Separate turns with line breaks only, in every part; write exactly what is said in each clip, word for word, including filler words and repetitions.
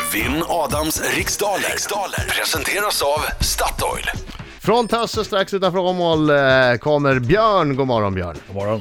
Vinn Adams riksdaler. riksdaler presenteras av Statoil.
Från Tösse strax utanför Åmål eh, kommer Björn. God morgon Björn.
God morgon.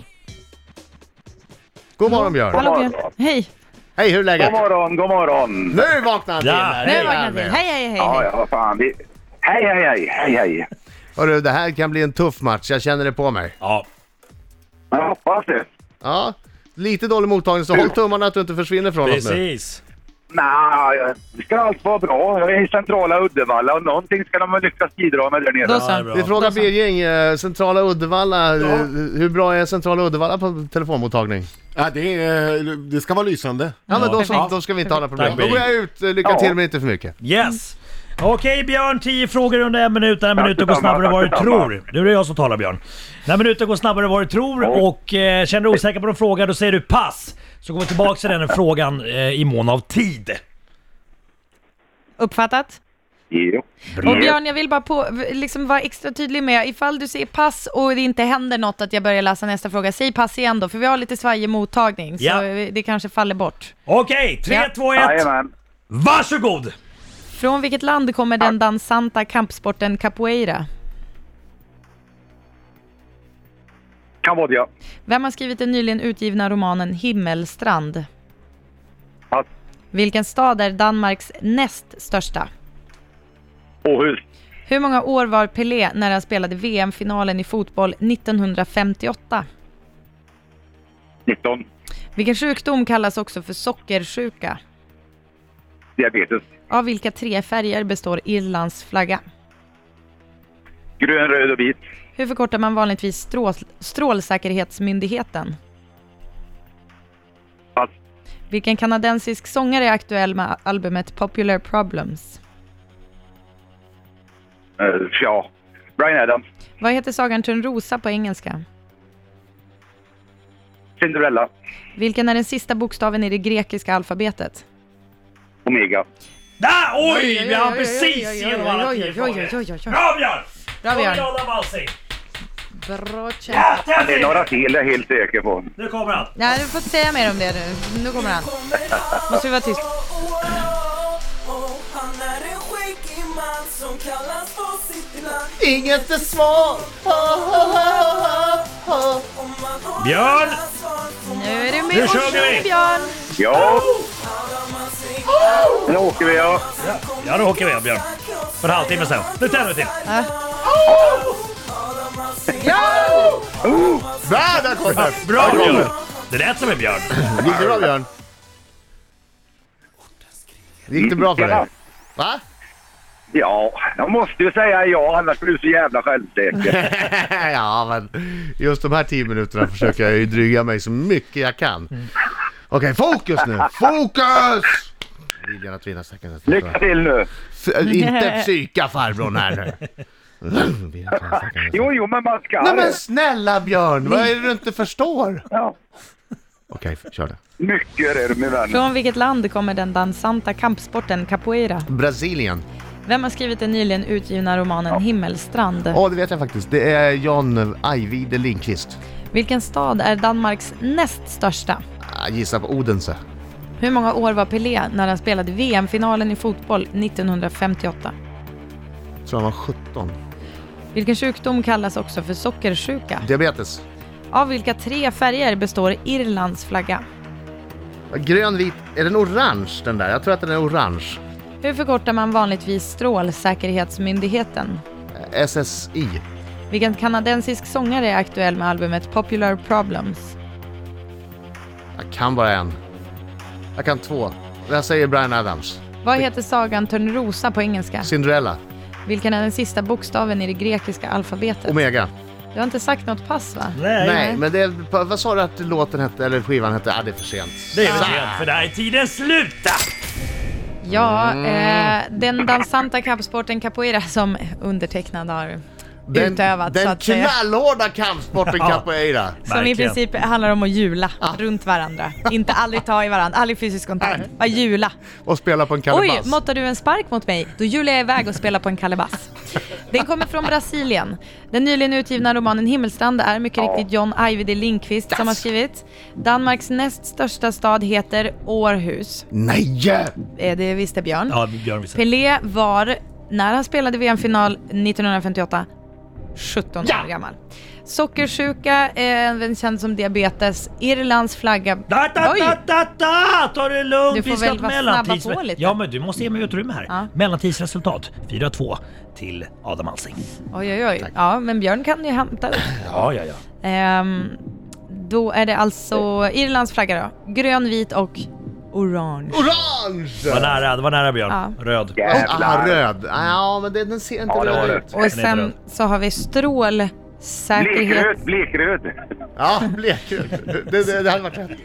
God morgon Björn.
Hallå Björn, hej.
Hej, hur är läget?
God morgon, god morgon.
Nu vaknar han till.
Ja.
här.
Nu
Hej,
vaknar
Albert.
till. Hej, hej, hej.
Ja,
hej.
ja, fan. Vi... Hej, hej, hej, hej, hej.
Hörru, det här kan bli en tuff match. Jag känner det på mig.
Ja.
Jag hoppas det.
Ja, lite dålig mottagning så håll tummarna att du inte försvinner från oss nu.
Precis.
Nej, det ska allt vara bra. Jag är i centrala Uddevalla och någonting ska de lyckas bidra med där nere.
Då så.
Ja, det är bra.
Vi frågar
Då så.
Birging, eh, centrala Uddevalla, eh, hur bra är centrala Uddevalla på telefonmottagning?
Ja, det, är, det ska vara lysande.
Ja, men då, så,
Perfekt.
då ska vi inte ha några problem.
Tack,
Då går jag ut, eh, lycka
Ja.
till men inte för mycket.
Yes. Okej Björn, tio frågor under en minut. Den här minuten går
detsamma,
snabbare än vad du
tack detsamma.
tror. Nu är det jag som talar Björn. Den här minuten går snabbare än vad du tror och eh, känner du osäker på en fråga då säger du pass. Så går vi tillbaka till den frågan eh, i mån av tid.
Uppfattat?
Jo.
Och Björn, jag vill bara på, liksom vara extra tydlig med, ifall du säger pass och det inte händer något att jag börjar läsa nästa fråga, säg pass igen då, för vi har lite svajig mottagning, så
Ja.
det kanske faller bort.
Okej, tre,
Ja.
två, ett.
Jajamän.
Varsågod!
Från vilket land kommer den dansanta kampsporten capoeira?
Kambodja.
Vem har skrivit den nyligen utgivna romanen Himmelstrand?
Pass.
Vilken stad är Danmarks näst största?
Åhus.
Hur många år var Pelé när han spelade V M-finalen i fotboll nittonhundrafemtioåtta?
nitton.
Vilken sjukdom kallas också för sockersjuka?
Diabetes.
Av vilka tre färger består Irlands flagga?
Grön, röd och vit.
Hur förkortar man vanligtvis strål, strålsäkerhetsmyndigheten?
Pass.
Vilken kanadensisk sångare är aktuell med albumet Popular Problems?
Uh, ja. Brian Adams.
Vad heter sagan Törnrosa på engelska?
Cinderella.
Vilken är den sista bokstaven i det grekiska alfabetet?
Omega.
Där! Oj! Vi har precis genom alla tio frågor. Bra Björn!
Bra Björn!
Björn! Balsing.
Bra
Ja,
kämpat.
Det är
tävling!
några till, jag är helt säker på.
Nu kommer han.
Nej, du får inte säga mer om det nu. Nu kommer han. Måste vi vara tyst.
Han är en skäggig man som kallas på sitt namn.
Inget är svårt.
Om man har
Björn!
alla svar får
Nu är du
Nu
med och
kör vi.
sjung, Björn.
Ja,
man sig
nu åker vi. Ja.
Ja, nu åker vi Björn. För en halvtimme sen. Nu tänder vi till.
Bra, där kom det.
Bra Björn! Det lät som en björn.
Gick det bra Björn? Gick det bra för dig? Va?
Ja, jag måste ju säga ja, annars blir du så jävla självsäker.
Ja, men just de här tio minuterna försöker jag ju dryga mig så mycket jag kan. Okej, fokus nu! Fokus! Viljan att vinna säkert.
Lycka till nu.
F- inte psyka farbrorn här nu.
Jo, jo, men man ska.
Nej men snälla Björn, vad är det du inte förstår?
Ja.
Okej, kör det.
Mycket är det, min vän.
Från vilket land kommer den dansanta kampsporten capoeira?
Brasilien.
Vem har skrivit den nyligen utgivna romanen Himmelstrand?
Ja, det vet jag faktiskt. Det är John Ajvide Lindqvist.
Vilken stad är Danmarks näst största?
Jag gissar på Odense.
Hur många år var Pelé när han spelade V M-finalen i fotboll nittonhundrafemtioåtta?
Jag tror han var sjutton.
Vilken sjukdom kallas också för sockersjuka?
Diabetes.
Av vilka tre färger består Irlands flagga?
Grön, vit. Är den orange den där? Jag tror att den är orange.
Hur förkortar man vanligtvis strålsäkerhetsmyndigheten?
S S I.
Vilken kanadensisk sångare är aktuell med albumet Popular Problems?
Jag kan bara en. Jag kan två. Jag säger Brian Adams.
Vad heter sagan Törnrosa på engelska?
Cinderella.
Vilken är den sista bokstaven i det grekiska alfabetet?
Omega.
Du har inte sagt något pass, va?
Nej.
Nej, men det, vad sa du att låten hette, eller skivan hette? Ja, det är för sent.
Det är väl det, för där är tiden sluta.
Ja, eh, den dansanta kampsporten capoeira som undertecknad har
Den,
utövat. så
den
att säga.
knallhårda kampsporten
Ja.
capoeira.
Som i
Verkligen.
princip handlar om att hjula runt varandra. Inte aldrig ta i varandra, aldrig fysisk kontakt. Bara hjula.
Och spela på en
Oj,
kalabass.
måttar du en spark mot mig? Då hjular jag iväg och spelar på en kalabass. Den kommer från Brasilien. Den nyligen utgivna romanen Himmelstrand är mycket riktigt John Ajvide Lindqvist som har skrivit. Danmarks näst största stad heter Århus.
Nej!
Eh, Det visste Björn.
Ja, Björn visste.
Pelé var, när han spelade V M-final nittonhundrafemtioåtta, sjutton år gammal. Sockersjuka, eh, även känd som diabetes. Irlands flagga.
Da, da,
Oj!
da, da, da! Ta det lugnt,
Du får
vi ska
väl
ha
vara
mellantids...
snabba på lite.
Ja, men du måste ge mig utrymme här.
Ja.
Mellantidsresultat fyra två till Adam Alsing.
Oj, oj, oj. Ja, men Björn kan ju hämta upp.
Ja, ja, ja.
Ehm, då är det alltså Irlands flagga då. Grön, vit och orange.
Orange!
Det var nära, det var nära Björn.
Ja.
Röd.
Ah,
Jävlar.
röd. Ja, men den, den ser inte
Ja, det var
röd
det.
ut.
Och
Den är
sen
röd.
så har vi strålsäkerhet.
Blekröd, blekröd.
Ja, blekröd. Det, det, det hade varit rätt.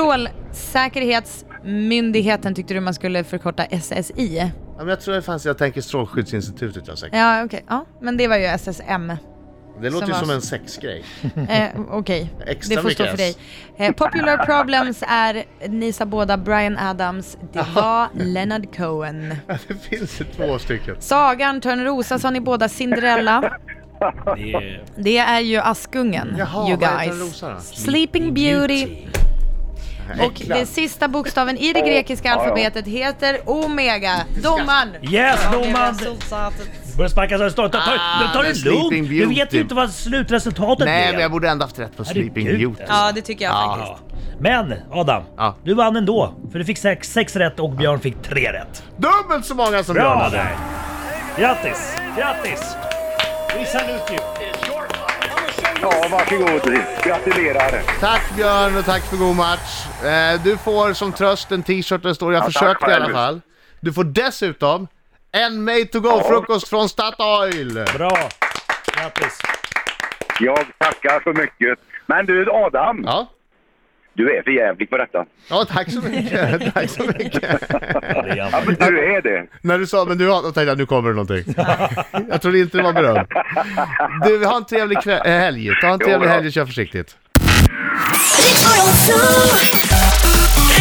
Strålsäkerhetsmyndigheten tyckte du man skulle förkorta S S I.
Ja, men jag tror det fanns, jag tänker Strålskyddsinstitutet. Jag säkert.
Ja, okej. Ja, men det var ju S S M.
Det låter ju
var-
som en sexgrej.
Eh, okej,
Extra
det får stå
mycket
för dig. Eh, Popular Problems är, ni sa båda Bryan Adams. Det var Leonard Cohen.
Det finns ju två stycken.
Sagan, Törnrosa sa ni båda Cinderella.
Det är...
Det är ju Askungen,
Jaha,
you
vad heter
guys.
Törnrosa då?
Sleeping Beauty. Och
Äcklar.
det sista bokstaven i det grekiska alfabetet heter Omega. Domaren!
Yes, domaren!
Resultatet.
Börjar sparka så här stort. Ta, ta,
Ah,
ta det
men Sleeping
lugnt. Du vet
Beauty.
ju inte vad slutresultatet
Nej,
blev.
men jag borde ändå haft rätt på Sleeping
Herregud.
Beauty.
Ja, det tycker jag
Ja.
faktiskt.
Men Adam,
Ja.
du vann ändå. För du fick sex, sex rätt och Björn fick tre rätt.
Dubbelt så många som Björn
Bra
hade.
där! Grattis! Grattis! Vi salutar ju.
Ja, varsågod. Gratulerar.
Tack Björn och tack för god match. Eh, du får som tröst en t-shirt där det står jag
Ja, tack
försökte i alla
själv.
fall. Du får dessutom en made to go frukost från Statoil.
Bra! Grattis!
Jag tackar så mycket. Men du Adam,
Ja.
du är för jävlig på detta.
Ja, tack så mycket. Tack så mycket.
Ja, det är
Ja,
jävligt.
men du är det.
När du sa, men du har, då tänkte jag, nu kommer det någonting. Jag trodde inte det var beröm. Du, vi har en trevlig kväll, äh, helg. Ta en trevlig
Jo, bra.
helg och kör försiktigt.
Riks Morgonzoo.